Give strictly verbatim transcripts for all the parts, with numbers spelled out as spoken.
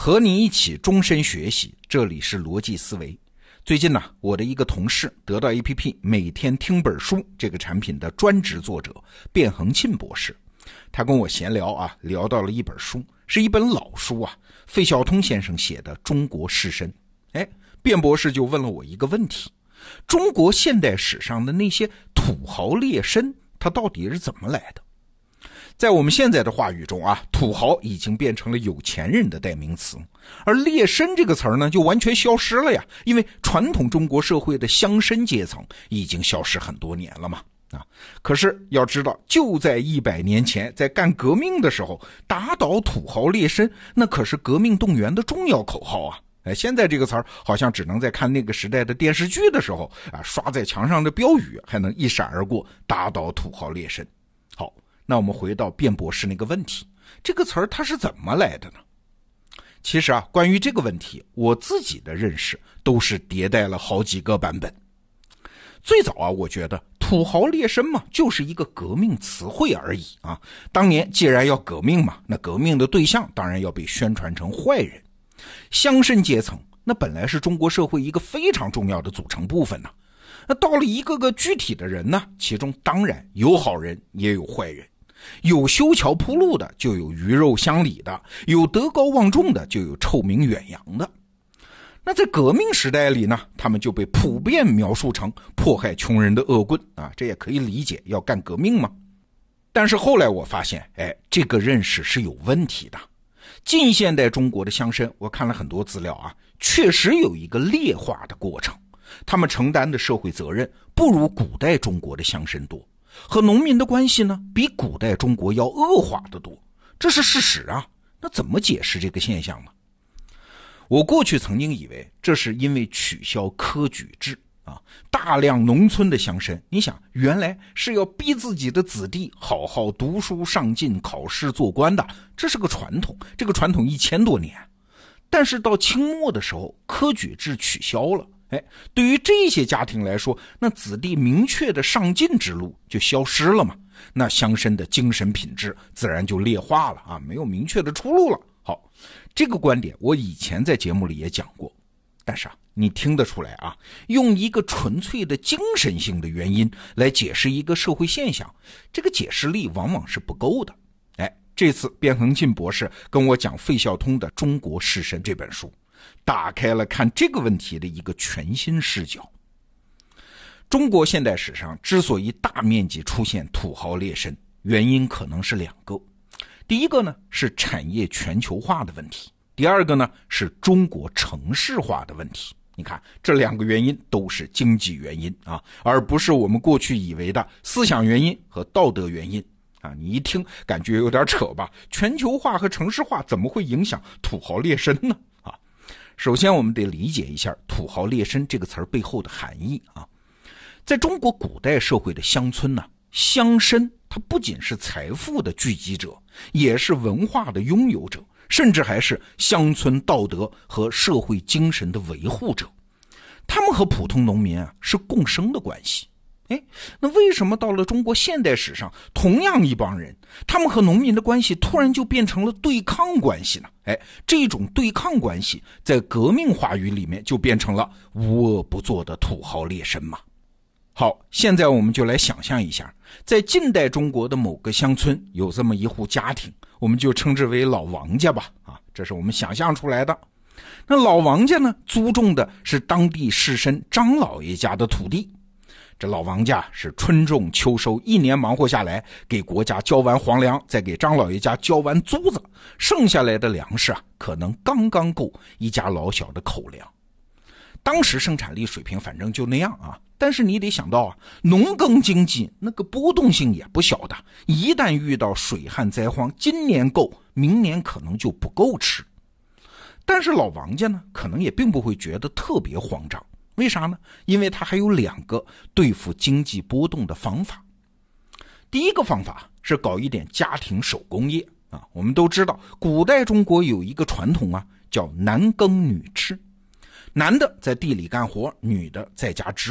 和你一起终身学习，这里是逻辑思维。最近呢，我的一个同事得到 A P P 每天听本书这个产品的专职作者卞恒庆博士，他跟我闲聊啊，聊到了一本书，是一本老书啊，费孝通先生写的《中国士绅》。哎，卞博士就问了我一个问题：中国现代史上的那些土豪劣绅，他到底是怎么来的？在我们现在的话语中啊，土豪已经变成了有钱人的代名词，而劣绅这个词儿呢就完全消失了呀，因为传统中国社会的乡绅阶层已经消失很多年了嘛。啊，可是要知道，就在一百年前，在干革命的时候，打倒土豪劣绅，那可是革命动员的重要口号啊。哎，现在这个词儿好像只能在看那个时代的电视剧的时候啊，刷在墙上的标语还能一闪而过，打倒土豪劣绅。好，那我们回到卞博士那个问题，这个词儿它是怎么来的呢？其实啊，关于这个问题，我自己的认识都是迭代了好几个版本。最早啊，我觉得土豪劣绅嘛，就是一个革命词汇而已啊。当年既然要革命嘛，那革命的对象当然要被宣传成坏人。乡绅阶层那本来是中国社会一个非常重要的组成部分呢、啊。那到了一个个具体的人呢，其中当然有好人也有坏人，有修桥铺路的就有鱼肉乡里的，有德高望重的就有臭名远扬的。那在革命时代里呢，他们就被普遍描述成迫害穷人的恶棍啊，这也可以理解，要干革命嘛。但是后来我发现，哎，这个认识是有问题的。近现代中国的乡绅，我看了很多资料啊，确实有一个劣化的过程，他们承担的社会责任不如古代中国的乡绅多，和农民的关系呢，比古代中国要恶化得多，这是事实啊。那怎么解释这个现象呢？我过去曾经以为这是因为取消科举制啊，大量农村的乡绅，你想原来是要逼自己的子弟好好读书上进考试做官的，这是个传统，这个传统一千多年。但是到清末的时候，科举制取消了，哎，对于这些家庭来说，那子弟明确的上进之路就消失了嘛，那乡绅的精神品质自然就劣化了啊，没有明确的出路了。好，这个观点我以前在节目里也讲过，但是啊，你听得出来啊，用一个纯粹的精神性的原因来解释一个社会现象，这个解释力往往是不够的。哎，这次卞恒庆博士跟我讲费孝通的《中国士绅》这本书，打开了看这个问题的一个全新视角。中国现代史上之所以大面积出现土豪劣绅，原因可能是两个。第一个呢是产业全球化的问题，第二个呢是中国城市化的问题。你看，这两个原因都是经济原因啊，而不是我们过去以为的思想原因和道德原因啊。你一听感觉有点扯吧？全球化和城市化怎么会影响土豪劣绅呢？啊，首先我们得理解一下土豪劣绅这个词儿背后的含义啊。在中国古代社会的乡村呢，乡绅他不仅是财富的聚集者，也是文化的拥有者，甚至还是乡村道德和社会精神的维护者。他们和普通农民啊是共生的关系。哎，那为什么到了中国现代史上，同样一帮人，他们和农民的关系突然就变成了对抗关系呢？哎，这种对抗关系在革命话语里面就变成了无恶不作的土豪劣绅嘛。好，现在我们就来想象一下，在近代中国的某个乡村有这么一户家庭，我们就称之为老王家吧，啊，这是我们想象出来的。那老王家呢，租种的是当地士绅张老爷家的土地。这老王家是春种秋收，一年忙活下来，给国家交完皇粮，再给张老爷家交完租子，剩下来的粮食啊，可能刚刚够一家老小的口粮。当时生产力水平反正就那样啊，但是你得想到啊，农耕经济那个波动性也不小的，一旦遇到水旱灾荒，今年够，明年可能就不够吃。但是老王家呢，可能也并不会觉得特别慌张，为啥呢？因为他还有两个对付经济波动的方法。第一个方法是搞一点家庭手工业啊，我们都知道古代中国有一个传统啊，叫男耕女织。男的在地里干活，女的在家织布。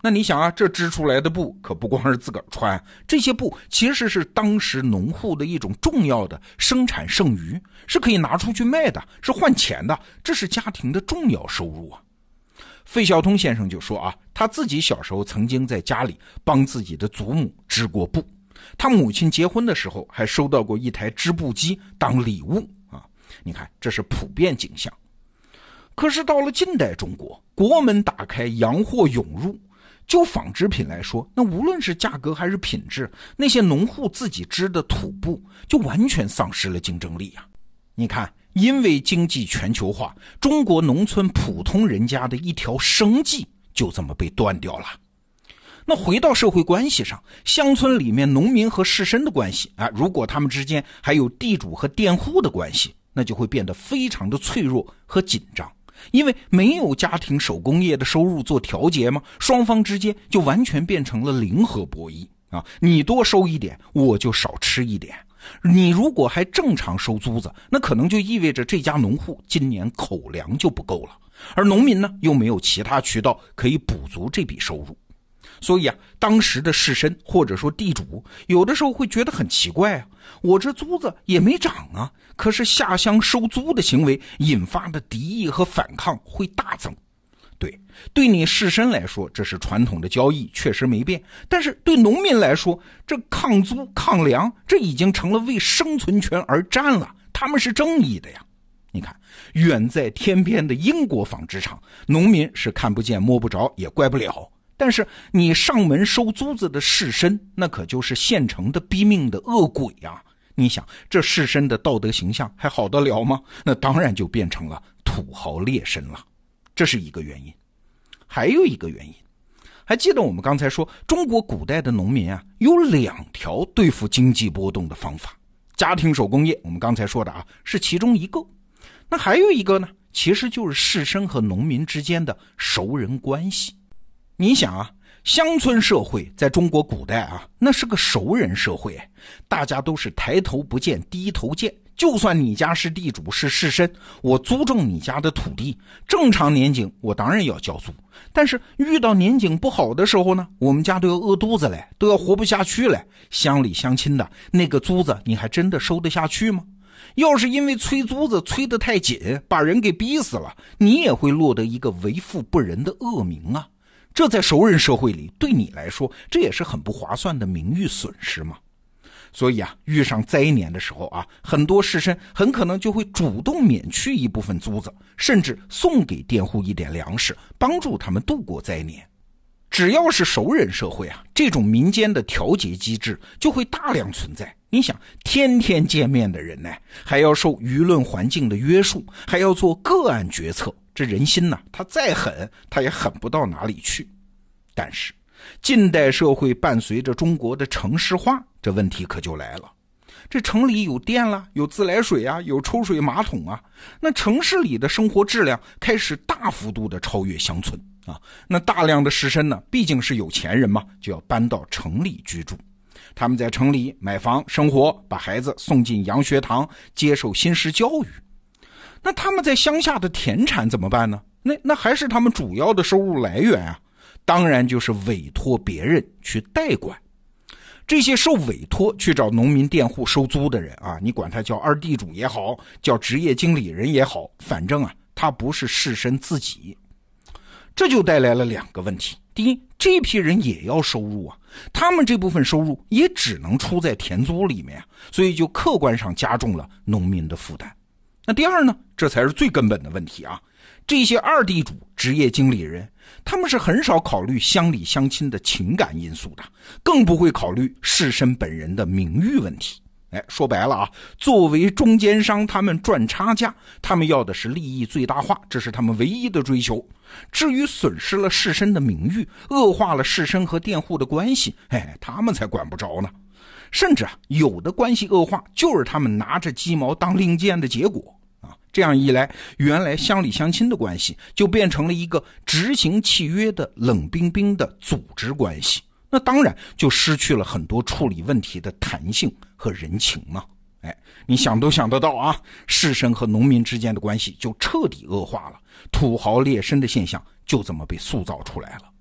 那你想啊，这织出来的布可不光是自个儿穿，这些布其实是当时农户的一种重要的生产剩余，是可以拿出去卖的，是换钱的，这是家庭的重要收入啊。费孝通先生就说啊，他自己小时候曾经在家里帮自己的祖母织过布，他母亲结婚的时候还收到过一台织布机当礼物啊。你看，这是普遍景象。可是到了近代中国，国门打开，洋货涌入，就纺织品来说，那无论是价格还是品质，那些农户自己织的土布就完全丧失了竞争力啊。你看，因为经济全球化，中国农村普通人家的一条生计就这么被断掉了。那回到社会关系上，乡村里面农民和士绅的关系啊，如果他们之间还有地主和佃户的关系，那就会变得非常的脆弱和紧张。因为没有家庭手工业的收入做调节嘛，双方之间就完全变成了零和博弈啊！你多收一点，我就少吃一点。你如果还正常收租子，那可能就意味着这家农户今年口粮就不够了，而农民呢又没有其他渠道可以补足这笔收入。所以啊，当时的士绅或者说地主有的时候会觉得很奇怪啊，我这租子也没涨啊，可是下乡收租的行为引发的敌意和反抗会大增。对，对你士绅来说，这是传统的交易，确实没变，但是对农民来说，这抗租抗粮，这已经成了为生存权而战了，他们是正义的呀。你看，远在天边的英国纺织厂，农民是看不见摸不着，也怪不了。但是你上门收租子的士绅，那可就是现成的逼命的恶鬼啊！你想，这士绅的道德形象还好得了吗？那当然就变成了土豪劣绅了。这是一个原因。还有一个原因，还记得我们刚才说中国古代的农民啊，有两条对付经济波动的方法。家庭手工业我们刚才说的啊，是其中一个。那还有一个呢，其实就是士绅和农民之间的熟人关系。你想啊，乡村社会在中国古代啊，那是个熟人社会，大家都是抬头不见低头见，就算你家是地主是士绅，我租种你家的土地，正常年景我当然要交租，但是遇到年景不好的时候呢，我们家都要饿肚子嘞，都要活不下去嘞，乡里乡亲的那个租子你还真的收得下去吗？要是因为催租子催得太紧，把人给逼死了，你也会落得一个为富不仁的恶名啊。这在熟人社会里，对你来说，这也是很不划算的名誉损失嘛。所以啊，遇上灾年的时候啊，很多士绅很可能就会主动免去一部分租子，甚至送给佃户一点粮食，帮助他们度过灾年。只要是熟人社会啊，这种民间的调节机制就会大量存在。你想，天天见面的人呢，还要受舆论环境的约束，还要做个案决策，这人心呢，他再狠，他也狠不到哪里去。但是近代社会伴随着中国的城市化，这问题可就来了。这城里有电了，有自来水啊，有抽水马桶啊，那城市里的生活质量开始大幅度的超越乡村啊。那大量的士绅呢，毕竟是有钱人嘛，就要搬到城里居住。他们在城里买房生活，把孩子送进洋学堂，接受新式教育。那他们在乡下的田产怎么办呢？那那还是他们主要的收入来源啊，当然就是委托别人去代管。这些受委托去找农民佃户收租的人啊，你管他叫二地主也好，叫职业经理人也好，反正啊，他不是士绅自己。这就带来了两个问题。第一，这批人也要收入啊，他们这部分收入也只能出在田租里面啊，所以就客观上加重了农民的负担。那第二呢，这才是最根本的问题啊，这些二地主职业经理人，他们是很少考虑乡里乡亲的情感因素的，更不会考虑士绅本人的名誉问题。哎，说白了啊，作为中间商，他们赚差价，他们要的是利益最大化，这是他们唯一的追求。至于损失了士绅的名誉，恶化了士绅和佃户的关系，哎，他们才管不着呢。甚至啊，有的关系恶化，就是他们拿着鸡毛当令箭的结果啊。这样一来，原来乡里乡亲的关系就变成了一个执行契约的冷冰冰的组织关系。那当然就失去了很多处理问题的弹性和人情嘛。哎，你想都想得到啊，士绅和农民之间的关系就彻底恶化了，土豪劣绅的现象就这么被塑造出来了。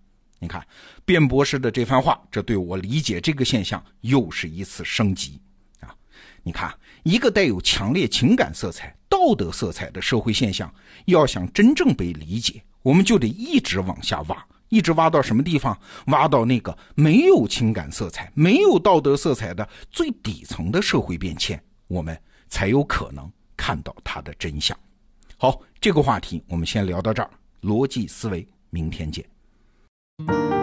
你看，卞博士的这番话，这对我理解这个现象又是一次升级啊！你看，一个带有强烈情感色彩、道德色彩的社会现象，要想真正被理解，我们就得一直往下挖，一直挖到什么地方？挖到那个没有情感色彩、没有道德色彩的最底层的社会变迁，我们才有可能看到它的真相。好，这个话题我们先聊到这儿，逻辑思维，明天见。